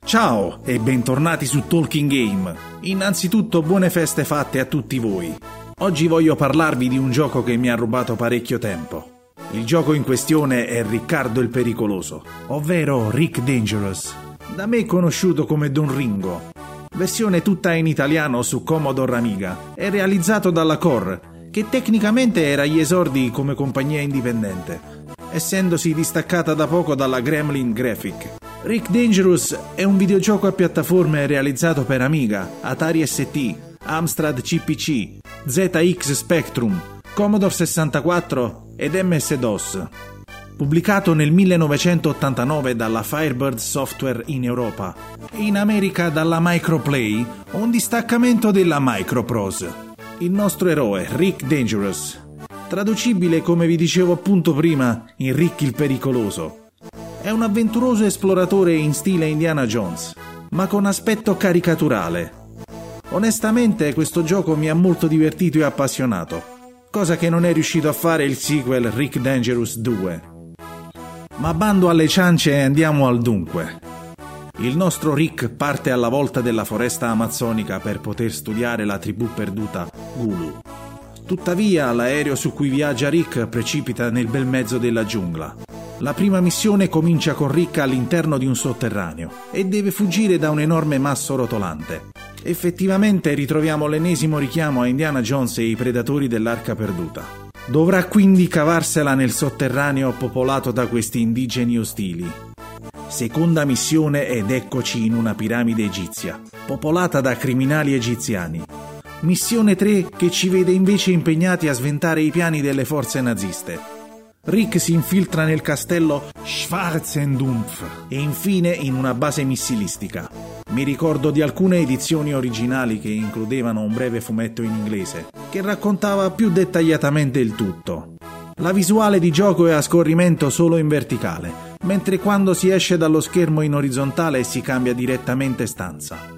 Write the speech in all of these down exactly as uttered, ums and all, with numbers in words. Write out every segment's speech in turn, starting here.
Ciao e bentornati su Talking Game. Innanzitutto buone feste fatte a tutti voi. Oggi voglio parlarvi di un gioco che mi ha rubato parecchio tempo. Il gioco in questione è Riccardo il Pericoloso, ovvero Rick Dangerous, da me conosciuto come Don Ringo. Versione tutta in italiano su Commodore Amiga e realizzato dalla Core, che tecnicamente era agli esordi come compagnia indipendente, essendosi distaccata da poco dalla Gremlin Graphic. Rick Dangerous è un videogioco a piattaforme realizzato per Amiga, Atari S T, Amstrad C P C, Z X Spectrum, Commodore sessantaquattro ed M S DOS. Pubblicato nel millenovecentottantanove dalla Firebird Software in Europa e in America dalla Microplay, un distaccamento della Microprose. Il nostro eroe, Rick Dangerous, traducibile come vi dicevo appunto prima in Rick il Pericoloso, è un avventuroso esploratore in stile Indiana Jones, ma con aspetto caricaturale. Onestamente questo gioco mi ha molto divertito e appassionato, cosa che non è riuscito a fare il sequel Rick Dangerous due. Ma bando alle ciance e andiamo al dunque. Il nostro Rick parte alla volta della foresta amazzonica per poter studiare la tribù perduta Gulu. Tuttavia l'aereo su cui viaggia Rick precipita nel bel mezzo della giungla. La prima missione comincia con Rick all'interno di un sotterraneo e deve fuggire da un enorme masso rotolante. Effettivamente ritroviamo l'ennesimo richiamo a Indiana Jones e i predatori dell'Arca Perduta. Dovrà quindi cavarsela nel sotterraneo popolato da questi indigeni ostili. Seconda missione ed eccoci in una piramide egizia, popolata da criminali egiziani. Missione tre che ci vede invece impegnati a sventare i piani delle forze naziste. Rick si infiltra nel castello Schwarzendumpf e infine in una base missilistica. Mi ricordo di alcune edizioni originali che includevano un breve fumetto in inglese, che raccontava più dettagliatamente il tutto. La visuale di gioco è a scorrimento solo in verticale, mentre quando si esce dallo schermo in orizzontale si cambia direttamente stanza.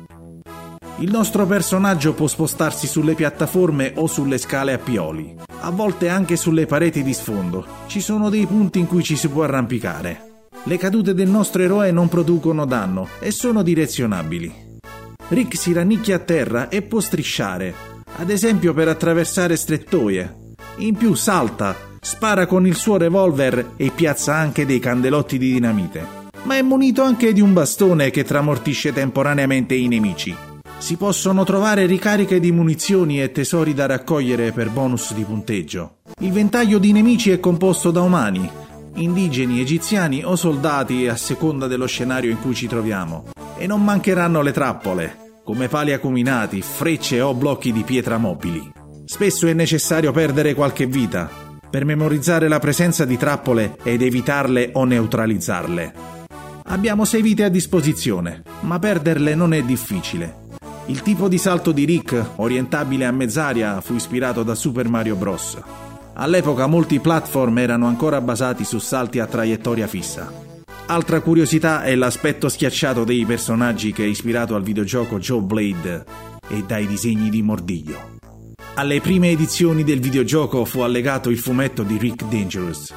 Il nostro personaggio può spostarsi sulle piattaforme o sulle scale a pioli, a volte anche sulle pareti di sfondo. Ci sono dei punti in cui ci si può arrampicare. Le cadute del nostro eroe non producono danno e sono direzionabili. Rick si rannicchia a terra e può strisciare, ad esempio per attraversare strettoie. In più salta, spara con il suo revolver e piazza anche dei candelotti di dinamite. Ma è munito anche di un bastone che tramortisce temporaneamente i nemici. Si possono trovare ricariche di munizioni e tesori da raccogliere per bonus di punteggio. Il ventaglio di nemici è composto da umani, indigeni, egiziani o soldati a seconda dello scenario in cui ci troviamo. E non mancheranno le trappole, come pali acuminati, frecce o blocchi di pietra mobili. Spesso è necessario perdere qualche vita per memorizzare la presenza di trappole ed evitarle o neutralizzarle. Abbiamo sei vite a disposizione, ma perderle non è difficile. Il tipo di salto di Rick, orientabile a mezz'aria, fu ispirato da Super Mario Bros. All'epoca molti platform erano ancora basati su salti a traiettoria fissa. Altra curiosità è l'aspetto schiacciato dei personaggi che è ispirato al videogioco Joe Blade e dai disegni di Mordiglio. Alle prime edizioni del videogioco fu allegato il fumetto di Rick Dangerous.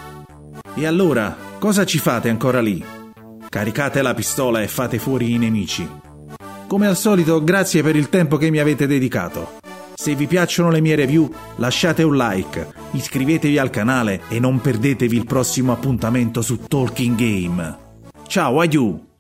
E allora, cosa ci fate ancora lì? Caricate la pistola e fate fuori i nemici. Come al solito, grazie per il tempo che mi avete dedicato. Se vi piacciono le mie review, lasciate un like, iscrivetevi al canale e non perdetevi il prossimo appuntamento su Talking Game. Ciao, aiù!